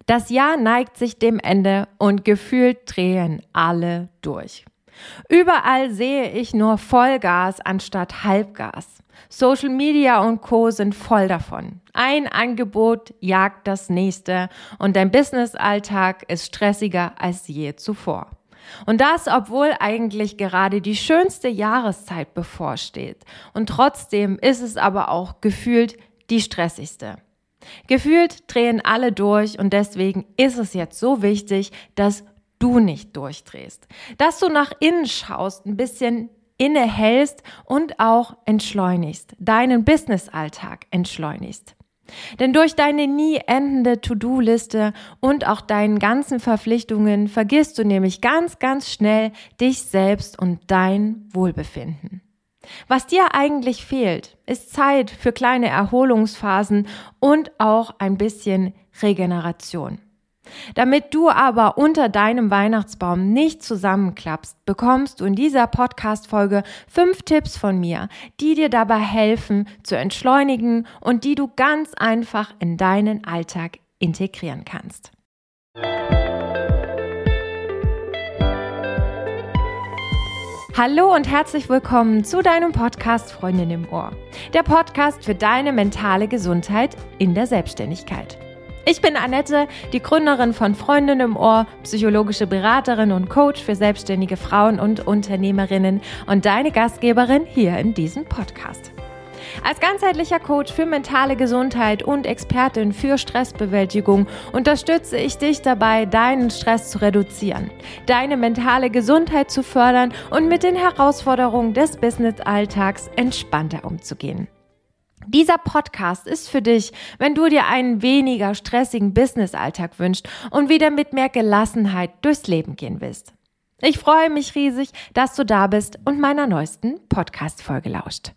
Das Jahr neigt sich dem Ende und gefühlt drehen alle durch. Überall sehe ich nur Vollgas anstatt Halbgas. Social Media und Co. sind voll davon. Ein Angebot jagt das nächste und dein Business-Alltag ist stressiger als je zuvor. Und das, obwohl eigentlich gerade die schönste Jahreszeit bevorsteht. Und trotzdem ist es aber auch gefühlt die stressigste. Gefühlt drehen alle durch und deswegen ist es jetzt so wichtig, dass du nicht durchdrehst. Dass du nach innen schaust, ein bisschen innehältst und auch entschleunigst, deinen Business-Alltag entschleunigst. Denn durch deine nie endende To-Do-Liste und auch deinen ganzen Verpflichtungen vergisst du nämlich ganz, ganz schnell dich selbst und dein Wohlbefinden. Was dir eigentlich fehlt, ist Zeit für kleine Erholungsphasen und auch ein bisschen Regeneration. Damit du aber unter deinem Weihnachtsbaum nicht zusammenklappst, bekommst du in dieser Podcast-Folge 5 Tipps von mir, die dir dabei helfen, zu entschleunigen und die du ganz einfach in deinen Alltag integrieren kannst. Hallo und herzlich willkommen zu deinem Podcast Freundin im Ohr. Der Podcast für deine mentale Gesundheit in der Selbstständigkeit. Ich bin Annette, die Gründerin von Freundin im Ohr, psychologische Beraterin und Coach für selbstständige Frauen und Unternehmerinnen und deine Gastgeberin hier in diesem Podcast. Als ganzheitlicher Coach für mentale Gesundheit und Expertin für Stressbewältigung unterstütze ich dich dabei, deinen Stress zu reduzieren, deine mentale Gesundheit zu fördern und mit den Herausforderungen des Business-Alltags entspannter umzugehen. Dieser Podcast ist für dich, wenn du dir einen weniger stressigen Business-Alltag wünschst und wieder mit mehr Gelassenheit durchs Leben gehen willst. Ich freue mich riesig, dass du da bist und meiner neuesten Podcast-Folge lauscht.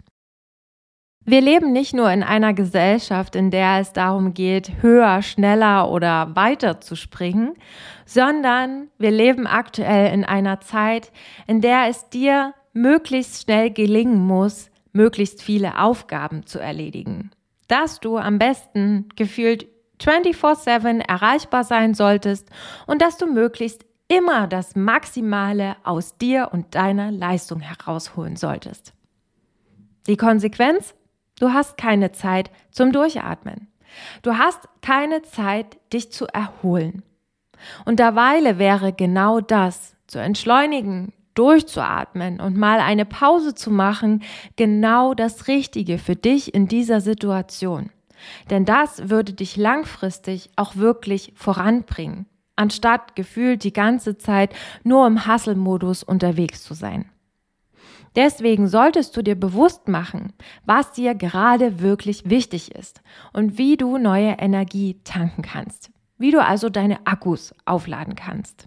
Wir leben nicht nur in einer Gesellschaft, in der es darum geht, höher, schneller oder weiter zu springen, sondern wir leben aktuell in einer Zeit, in der es dir möglichst schnell gelingen muss, möglichst viele Aufgaben zu erledigen. Dass du am besten gefühlt 24/7 erreichbar sein solltest und dass du möglichst immer das Maximale aus dir und deiner Leistung herausholen solltest. Die Konsequenz? Du hast keine Zeit zum Durchatmen. Du hast keine Zeit, dich zu erholen. Und derweil wäre genau das, zu entschleunigen, durchzuatmen und mal eine Pause zu machen, genau das Richtige für dich in dieser Situation. Denn das würde dich langfristig auch wirklich voranbringen, anstatt gefühlt die ganze Zeit nur im Hustle-Modus unterwegs zu sein. Deswegen solltest du dir bewusst machen, was dir gerade wirklich wichtig ist und wie du neue Energie tanken kannst, wie du also deine Akkus aufladen kannst.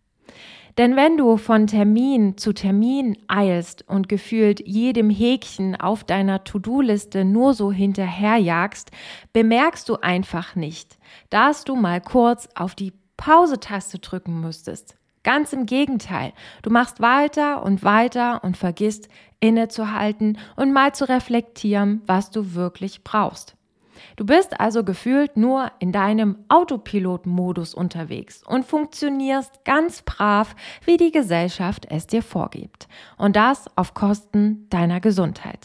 Denn wenn du von Termin zu Termin eilst und gefühlt jedem Häkchen auf deiner To-Do-Liste nur so hinterherjagst, bemerkst du einfach nicht, dass du mal kurz auf die Pause-Taste drücken müsstest. Ganz im Gegenteil, du machst weiter und vergisst innezuhalten und mal zu reflektieren, was du wirklich brauchst. Du bist also gefühlt nur in deinem Autopilot-Modus unterwegs und funktionierst ganz brav, wie die Gesellschaft es dir vorgibt. Und das auf Kosten deiner Gesundheit.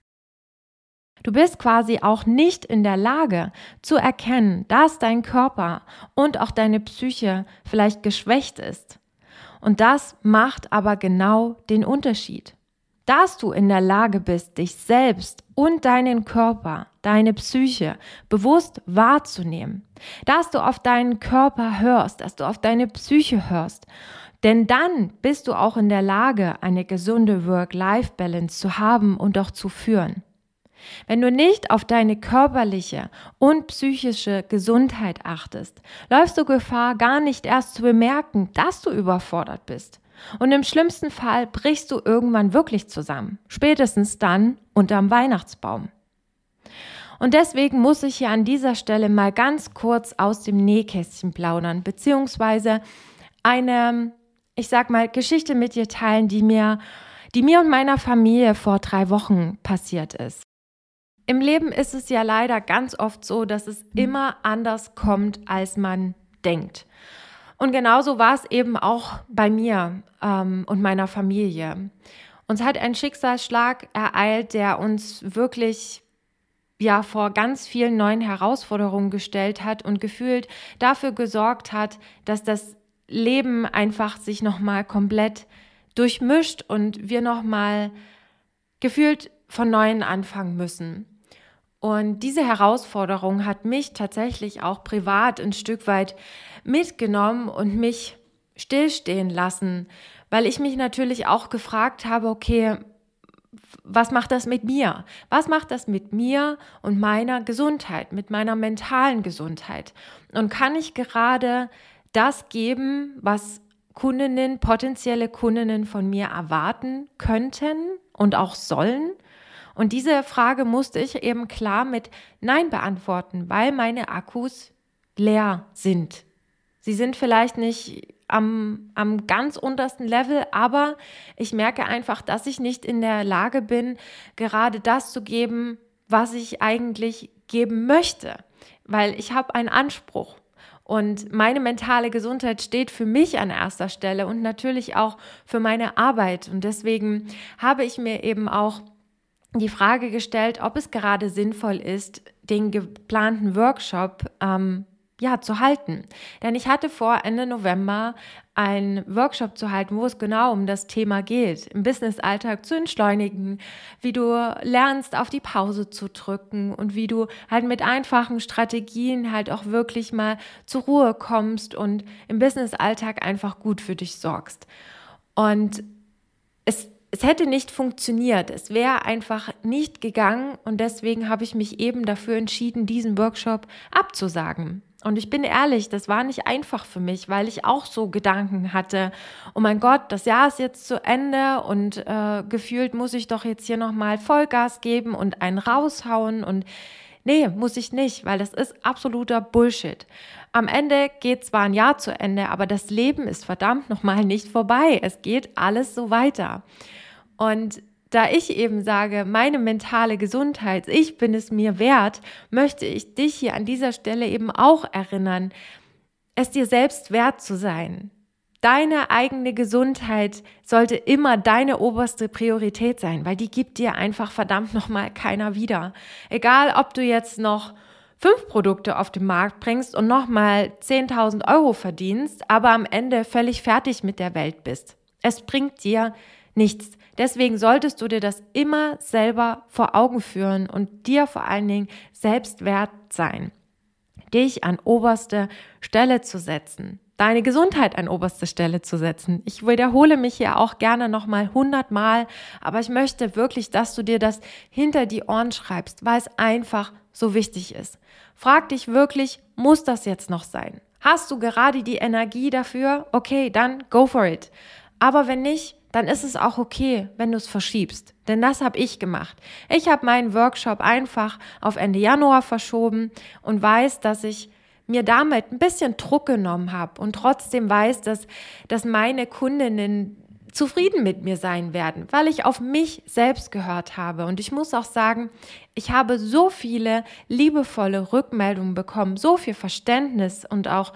Du bist quasi auch nicht in der Lage zu erkennen, dass dein Körper und auch deine Psyche vielleicht geschwächt ist. Und das macht aber genau den Unterschied. Dass du in der Lage bist, dich selbst und deinen Körper, deine Psyche bewusst wahrzunehmen. Dass du auf deinen Körper hörst, dass du auf deine Psyche hörst. Denn dann bist du auch in der Lage, eine gesunde Work-Life-Balance zu haben und auch zu führen. Wenn du nicht auf deine körperliche und psychische Gesundheit achtest, läufst du Gefahr, gar nicht erst zu bemerken, dass du überfordert bist. Und im schlimmsten Fall brichst du irgendwann wirklich zusammen, spätestens dann unterm Weihnachtsbaum. Und deswegen muss ich hier an dieser Stelle mal ganz kurz aus dem Nähkästchen plaudern, beziehungsweise eine, Geschichte mit dir teilen, die mir und meiner Familie vor 3 Wochen passiert ist. Im Leben ist es ja leider ganz oft so, dass es immer anders kommt, als man denkt. Und genauso war es eben auch bei mir und meiner Familie. Uns hat ein Schicksalsschlag ereilt, der uns wirklich vor ganz vielen neuen Herausforderungen gestellt hat und gefühlt dafür gesorgt hat, dass das Leben einfach sich nochmal komplett durchmischt und wir nochmal gefühlt von Neuem anfangen müssen. Und diese Herausforderung hat mich tatsächlich auch privat ein Stück weit mitgenommen und mich stillstehen lassen, weil ich mich natürlich auch gefragt habe, okay, was macht das mit mir? Was macht das mit mir und meiner Gesundheit, mit meiner mentalen Gesundheit? Und kann ich gerade das geben, was potenzielle Kundinnen von mir erwarten könnten und auch sollen? Und diese Frage musste ich eben klar mit Nein beantworten, weil meine Akkus leer sind. Sie sind vielleicht nicht am ganz untersten Level, aber ich merke einfach, dass ich nicht in der Lage bin, gerade das zu geben, was ich eigentlich geben möchte, weil ich habe einen Anspruch. Und meine mentale Gesundheit steht für mich an erster Stelle und natürlich auch für meine Arbeit. Und deswegen habe ich mir eben auch die Frage gestellt, ob es gerade sinnvoll ist, den geplanten Workshop zu halten. Denn ich hatte vor, Ende November einen Workshop zu halten, wo es genau um das Thema geht, im Business-Alltag zu entschleunigen, wie du lernst, auf die Pause zu drücken und wie du halt mit einfachen Strategien halt auch wirklich mal zur Ruhe kommst und im Business-Alltag einfach gut für dich sorgst. Und es hätte nicht funktioniert, es wäre einfach nicht gegangen und deswegen habe ich mich eben dafür entschieden, diesen Workshop abzusagen. Und ich bin ehrlich, das war nicht einfach für mich, weil ich auch so Gedanken hatte, oh mein Gott, das Jahr ist jetzt zu Ende und gefühlt muss ich doch jetzt hier nochmal Vollgas geben und einen raushauen und nee, muss ich nicht, weil das ist absoluter Bullshit. Am Ende geht zwar ein Jahr zu Ende, aber das Leben ist verdammt nochmal nicht vorbei. Es geht alles so weiter. Und da ich eben sage, meine mentale Gesundheit, ich bin es mir wert, möchte ich dich hier an dieser Stelle eben auch erinnern, es dir selbst wert zu sein. Deine eigene Gesundheit sollte immer deine oberste Priorität sein, weil die gibt dir einfach verdammt nochmal keiner wieder. Egal, ob du jetzt noch 5 Produkte auf den Markt bringst und nochmal 10.000 Euro verdienst, aber am Ende völlig fertig mit der Welt bist. Es bringt dir nichts. Deswegen solltest du dir das immer selber vor Augen führen und dir vor allen Dingen selbst wert sein, dich an oberste Stelle zu setzen, deine Gesundheit an oberste Stelle zu setzen. Ich wiederhole mich hier auch gerne nochmal 100 Mal, aber ich möchte wirklich, dass du dir das hinter die Ohren schreibst, weil es einfach so wichtig ist. Frag dich wirklich, muss das jetzt noch sein? Hast du gerade die Energie dafür? Okay, dann go for it. Aber wenn nicht, dann ist es auch okay, wenn du es verschiebst. Denn das habe ich gemacht. Ich habe meinen Workshop einfach auf Ende Januar verschoben und weiß, dass ich mir damit ein bisschen Druck genommen habe und trotzdem weiß, dass meine Kundinnen zufrieden mit mir sein werden, weil ich auf mich selbst gehört habe. Und ich muss auch sagen, ich habe so viele liebevolle Rückmeldungen bekommen, so viel Verständnis und auch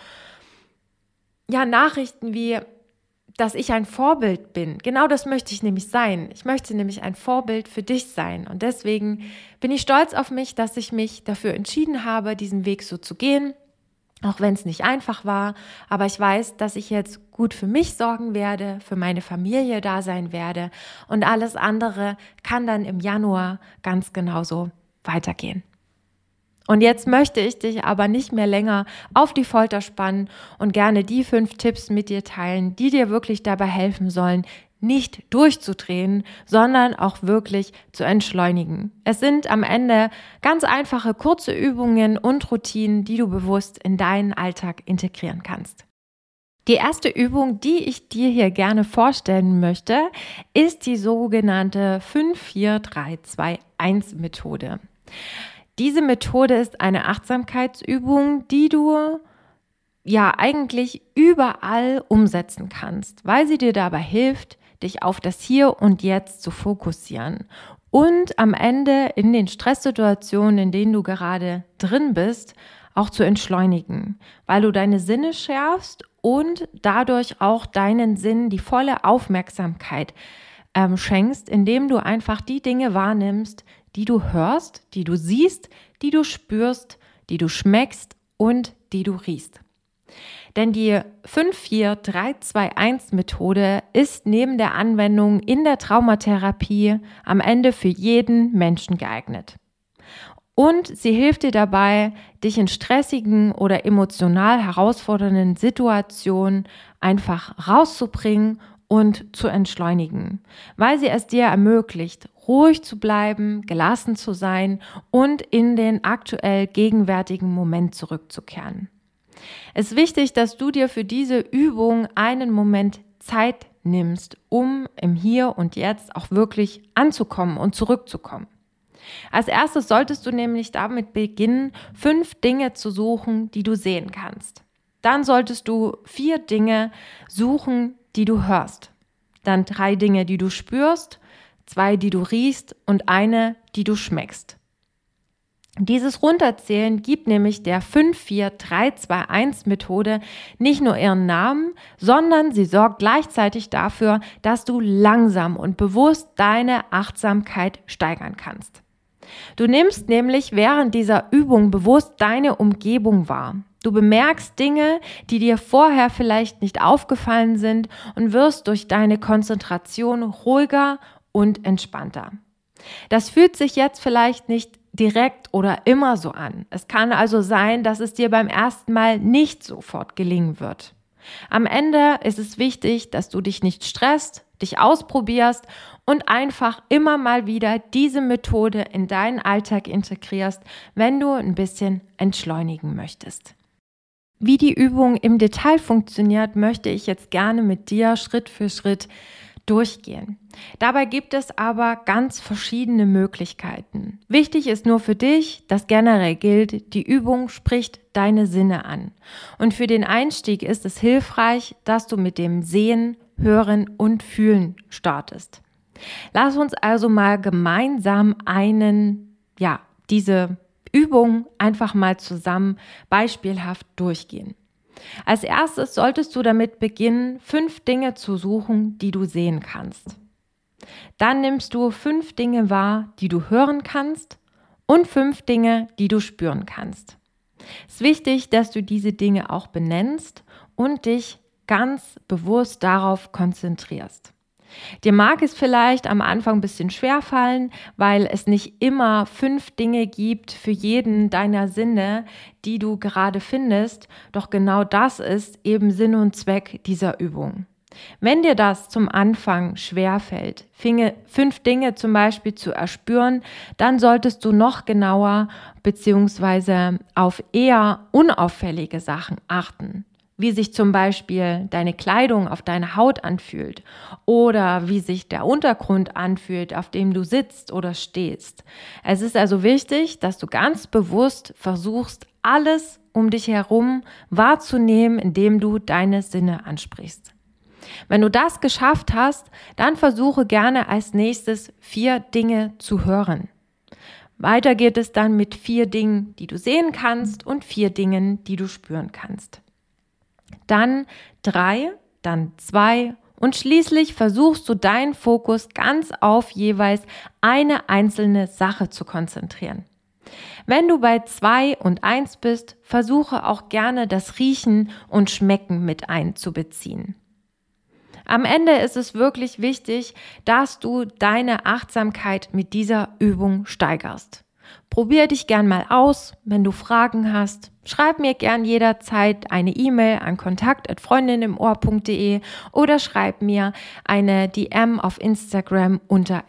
Nachrichten wie, dass ich ein Vorbild bin. Genau das möchte ich nämlich sein. Ich möchte nämlich ein Vorbild für dich sein. Und deswegen bin ich stolz auf mich, dass ich mich dafür entschieden habe, diesen Weg so zu gehen, auch wenn es nicht einfach war. Aber ich weiß, dass ich jetzt gut für mich sorgen werde, für meine Familie da sein werde. Und alles andere kann dann im Januar ganz genauso weitergehen. Und jetzt möchte ich dich aber nicht mehr länger auf die Folter spannen und gerne die 5 Tipps mit dir teilen, die dir wirklich dabei helfen sollen, nicht durchzudrehen, sondern auch wirklich zu entschleunigen. Es sind am Ende ganz einfache, kurze Übungen und Routinen, die du bewusst in deinen Alltag integrieren kannst. Die erste Übung, die ich dir hier gerne vorstellen möchte, ist die sogenannte 5-4-3-2-1-Methode. Diese Methode ist eine Achtsamkeitsübung, die du eigentlich überall umsetzen kannst, weil sie dir dabei hilft, dich auf das Hier und Jetzt zu fokussieren und am Ende in den Stresssituationen, in denen du gerade drin bist, auch zu entschleunigen, weil du deine Sinne schärfst und dadurch auch deinen Sinnen die volle Aufmerksamkeit schenkst, indem du einfach die Dinge wahrnimmst, die du hörst, die du siehst, die du spürst, die du schmeckst und die du riechst. Denn die 5-4-3-2-1-Methode ist neben der Anwendung in der Traumatherapie am Ende für jeden Menschen geeignet. Und sie hilft dir dabei, dich in stressigen oder emotional herausfordernden Situationen einfach rauszubringen und zu entschleunigen, weil sie es dir ermöglicht, ruhig zu bleiben, gelassen zu sein und in den aktuell gegenwärtigen Moment zurückzukehren. Es ist wichtig, dass du dir für diese Übung einen Moment Zeit nimmst, um im Hier und Jetzt auch wirklich anzukommen und zurückzukommen. Als erstes solltest du nämlich damit beginnen, 5 Dinge zu suchen, die du sehen kannst. Dann solltest du 4 Dinge suchen, die du hörst. Dann 3 Dinge, die du spürst, 2, die du riechst und 1, die du schmeckst. Dieses Runterzählen gibt nämlich der 5-4-3-2-1-Methode nicht nur ihren Namen, sondern sie sorgt gleichzeitig dafür, dass du langsam und bewusst deine Achtsamkeit steigern kannst. Du nimmst nämlich während dieser Übung bewusst deine Umgebung wahr. Du bemerkst Dinge, die dir vorher vielleicht nicht aufgefallen sind und wirst durch deine Konzentration ruhiger und entspannter. Das fühlt sich jetzt vielleicht nicht direkt oder immer so an. Es kann also sein, dass es dir beim ersten Mal nicht sofort gelingen wird. Am Ende ist es wichtig, dass du dich nicht stresst, dich ausprobierst und einfach immer mal wieder diese Methode in deinen Alltag integrierst, wenn du ein bisschen entschleunigen möchtest. Wie die Übung im Detail funktioniert, möchte ich jetzt gerne mit dir Schritt für Schritt durchgehen. Dabei gibt es aber ganz verschiedene Möglichkeiten. Wichtig ist nur für dich, dass generell gilt, die Übung spricht deine Sinne an. Und für den Einstieg ist es hilfreich, dass du mit dem Sehen, Hören und Fühlen startest. Lass uns also mal gemeinsam diese Übung einfach mal zusammen beispielhaft durchgehen. Als erstes solltest du damit beginnen, 5 Dinge zu suchen, die du sehen kannst. Dann nimmst du 5 Dinge wahr, die du hören kannst und 5 Dinge, die du spüren kannst. Es ist wichtig, dass du diese Dinge auch benennst und dich ganz bewusst darauf konzentrierst. Dir mag es vielleicht am Anfang ein bisschen schwerfallen, weil es nicht immer 5 Dinge gibt für jeden deiner Sinne, die du gerade findest. Doch genau das ist eben Sinn und Zweck dieser Übung. Wenn dir das zum Anfang schwerfällt, 5 Dinge zum Beispiel zu erspüren, dann solltest du noch genauer bzw. auf eher unauffällige Sachen achten. Wie sich zum Beispiel deine Kleidung auf deiner Haut anfühlt oder wie sich der Untergrund anfühlt, auf dem du sitzt oder stehst. Es ist also wichtig, dass du ganz bewusst versuchst, alles um dich herum wahrzunehmen, indem du deine Sinne ansprichst. Wenn du das geschafft hast, dann versuche gerne als nächstes 4 Dinge zu hören. Weiter geht es dann mit 4 Dingen, die du sehen kannst und 4 Dingen, die du spüren kannst. Dann 3, dann 2 und schließlich versuchst du deinen Fokus ganz auf jeweils eine einzelne Sache zu konzentrieren. Wenn du bei 2 und 1 bist, versuche auch gerne das Riechen und Schmecken mit einzubeziehen. Am Ende ist es wirklich wichtig, dass du deine Achtsamkeit mit dieser Übung steigerst. Probier dich gern mal aus. Wenn du Fragen hast, schreib mir gern jederzeit eine E-Mail an kontakt@freundinimohr.de oder schreib mir eine DM auf Instagram unter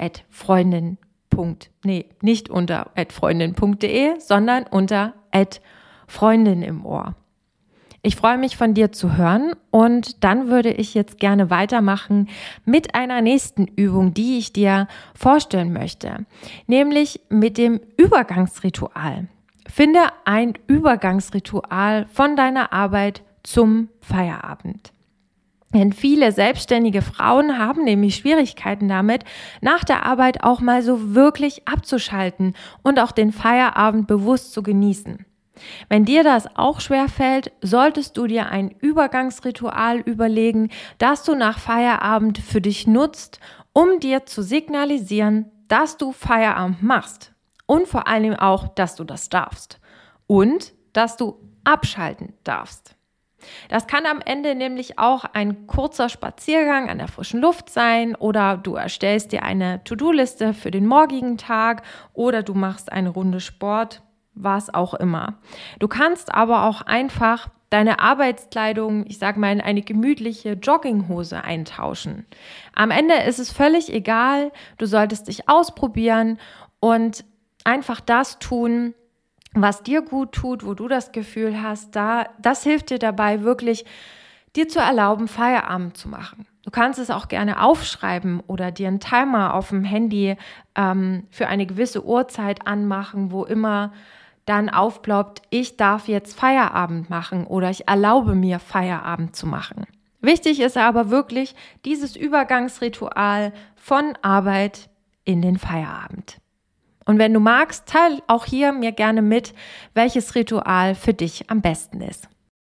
@freundin.de, sondern unter @freundinimohr. Ich freue mich, von dir zu hören und dann würde ich jetzt gerne weitermachen mit einer nächsten Übung, die ich dir vorstellen möchte, nämlich mit dem Übergangsritual. Finde ein Übergangsritual von deiner Arbeit zum Feierabend. Denn viele selbstständige Frauen haben nämlich Schwierigkeiten damit, nach der Arbeit auch mal so wirklich abzuschalten und auch den Feierabend bewusst zu genießen. Wenn dir das auch schwerfällt, solltest du dir ein Übergangsritual überlegen, das du nach Feierabend für dich nutzt, um dir zu signalisieren, dass du Feierabend machst und vor allem auch, dass du das darfst und dass du abschalten darfst. Das kann am Ende nämlich auch ein kurzer Spaziergang an der frischen Luft sein oder du erstellst dir eine To-Do-Liste für den morgigen Tag oder du machst eine Runde Sport, was auch immer. Du kannst aber auch einfach deine Arbeitskleidung, ich sage mal, in eine gemütliche Jogginghose eintauschen. Am Ende ist es völlig egal, du solltest dich ausprobieren und einfach das tun, was dir gut tut, wo du das Gefühl hast, das hilft dir dabei, wirklich dir zu erlauben, Feierabend zu machen. Du kannst es auch gerne aufschreiben oder dir einen Timer auf dem Handy für eine gewisse Uhrzeit anmachen, wo immer dann aufploppt, ich darf jetzt Feierabend machen oder ich erlaube mir, Feierabend zu machen. Wichtig ist aber wirklich dieses Übergangsritual von Arbeit in den Feierabend. Und wenn du magst, teile auch hier mir gerne mit, welches Ritual für dich am besten ist.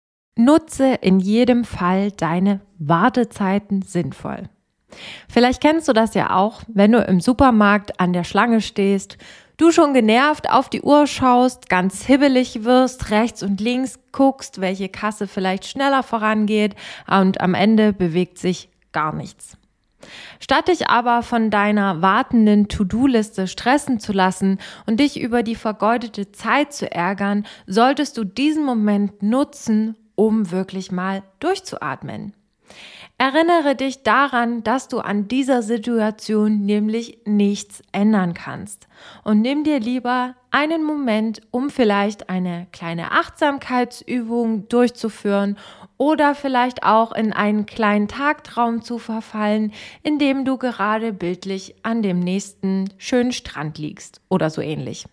Nutze in jedem Fall deine Wartezeiten sinnvoll. Vielleicht kennst du das ja auch, wenn du im Supermarkt an der Schlange stehst, du schon genervt auf die Uhr schaust, ganz hibbelig wirst, rechts und links guckst, welche Kasse vielleicht schneller vorangeht und am Ende bewegt sich gar nichts. Statt dich aber von deiner wartenden To-Do-Liste stressen zu lassen und dich über die vergeudete Zeit zu ärgern, solltest du diesen Moment nutzen, um wirklich mal durchzuatmen. Erinnere dich daran, dass du an dieser Situation nämlich nichts ändern kannst und nimm dir lieber einen Moment, um vielleicht eine kleine Achtsamkeitsübung durchzuführen oder vielleicht auch in einen kleinen Tagtraum zu verfallen, in dem du gerade bildlich an dem nächsten schönen Strand liegst oder so ähnlich.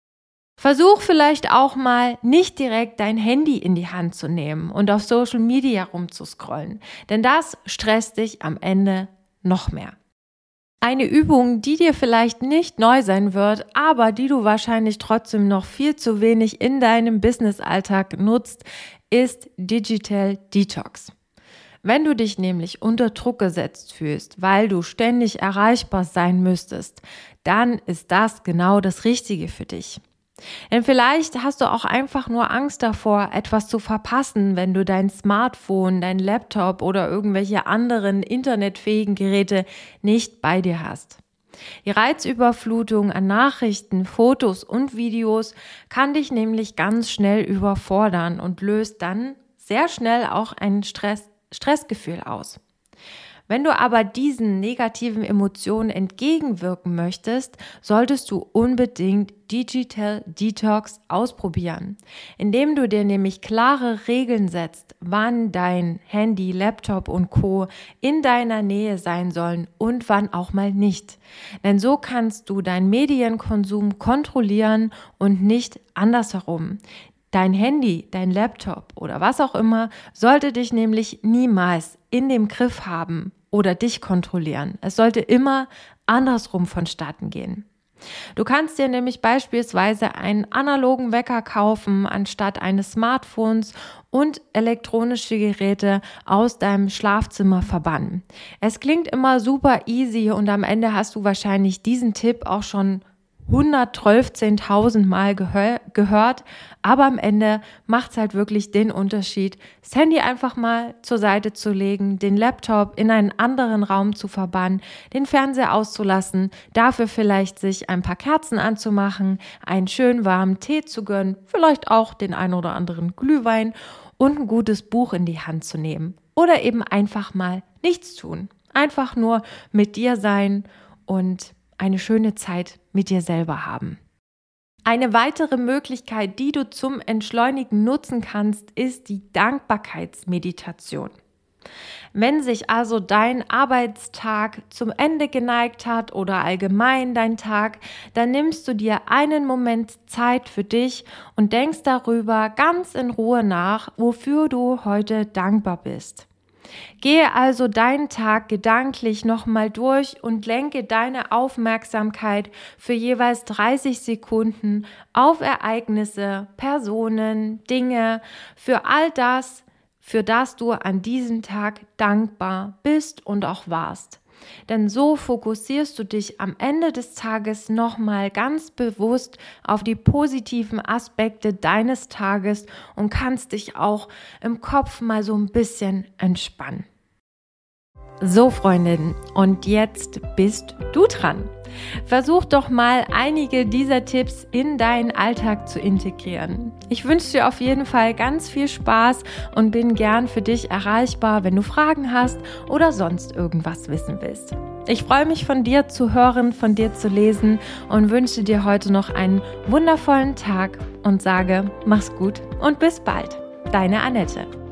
Versuch vielleicht auch mal nicht direkt dein Handy in die Hand zu nehmen und auf Social Media rumzuscrollen, denn das stresst dich am Ende noch mehr. Eine Übung, die dir vielleicht nicht neu sein wird, aber die du wahrscheinlich trotzdem noch viel zu wenig in deinem Business-Alltag nutzt, ist Digital Detox. Wenn du dich nämlich unter Druck gesetzt fühlst, weil du ständig erreichbar sein müsstest, dann ist das genau das Richtige für dich. Denn vielleicht hast du auch einfach nur Angst davor, etwas zu verpassen, wenn du dein Smartphone, dein Laptop oder irgendwelche anderen internetfähigen Geräte nicht bei dir hast. Die Reizüberflutung an Nachrichten, Fotos und Videos kann dich nämlich ganz schnell überfordern und löst dann sehr schnell auch ein Stressgefühl aus. Wenn du aber diesen negativen Emotionen entgegenwirken möchtest, solltest du unbedingt Digital Detox ausprobieren, indem du dir nämlich klare Regeln setzt, wann dein Handy, Laptop und Co. in deiner Nähe sein sollen und wann auch mal nicht. Denn so kannst du deinen Medienkonsum kontrollieren und nicht andersherum. Dein Handy, dein Laptop oder was auch immer sollte dich nämlich niemals in dem Griff haben oder dich kontrollieren. Es sollte immer andersrum vonstatten gehen. Du kannst dir nämlich beispielsweise einen analogen Wecker kaufen anstatt eines Smartphones und elektronische Geräte aus deinem Schlafzimmer verbannen. Es klingt immer super easy und am Ende hast du wahrscheinlich diesen Tipp auch schon 112.000 Mal gehört, aber am Ende macht es halt wirklich den Unterschied, das Handy einfach mal zur Seite zu legen, den Laptop in einen anderen Raum zu verbannen, den Fernseher auszulassen, dafür vielleicht sich ein paar Kerzen anzumachen, einen schönen warmen Tee zu gönnen, vielleicht auch den ein oder anderen Glühwein und ein gutes Buch in die Hand zu nehmen oder eben einfach mal nichts tun, einfach nur mit dir sein und eine schöne Zeit mit dir selber haben. Eine weitere Möglichkeit, die du zum Entschleunigen nutzen kannst, ist die Dankbarkeitsmeditation. Wenn sich also dein Arbeitstag zum Ende geneigt hat oder allgemein dein Tag, dann nimmst du dir einen Moment Zeit für dich und denkst darüber ganz in Ruhe nach, wofür du heute dankbar bist. Gehe also deinen Tag gedanklich nochmal durch und lenke deine Aufmerksamkeit für jeweils 30 Sekunden auf Ereignisse, Personen, Dinge, für all das, für das du an diesem Tag dankbar bist und auch warst. Denn so fokussierst du dich am Ende des Tages nochmal ganz bewusst auf die positiven Aspekte deines Tages und kannst dich auch im Kopf mal so ein bisschen entspannen. So, Freundin, und jetzt bist du dran. Versuch doch mal einige dieser Tipps in deinen Alltag zu integrieren. Ich wünsche dir auf jeden Fall ganz viel Spaß und bin gern für dich erreichbar, wenn du Fragen hast oder sonst irgendwas wissen willst. Ich freue mich, von dir zu hören, von dir zu lesen und wünsche dir heute noch einen wundervollen Tag und sage, mach's gut und bis bald. Deine Annette.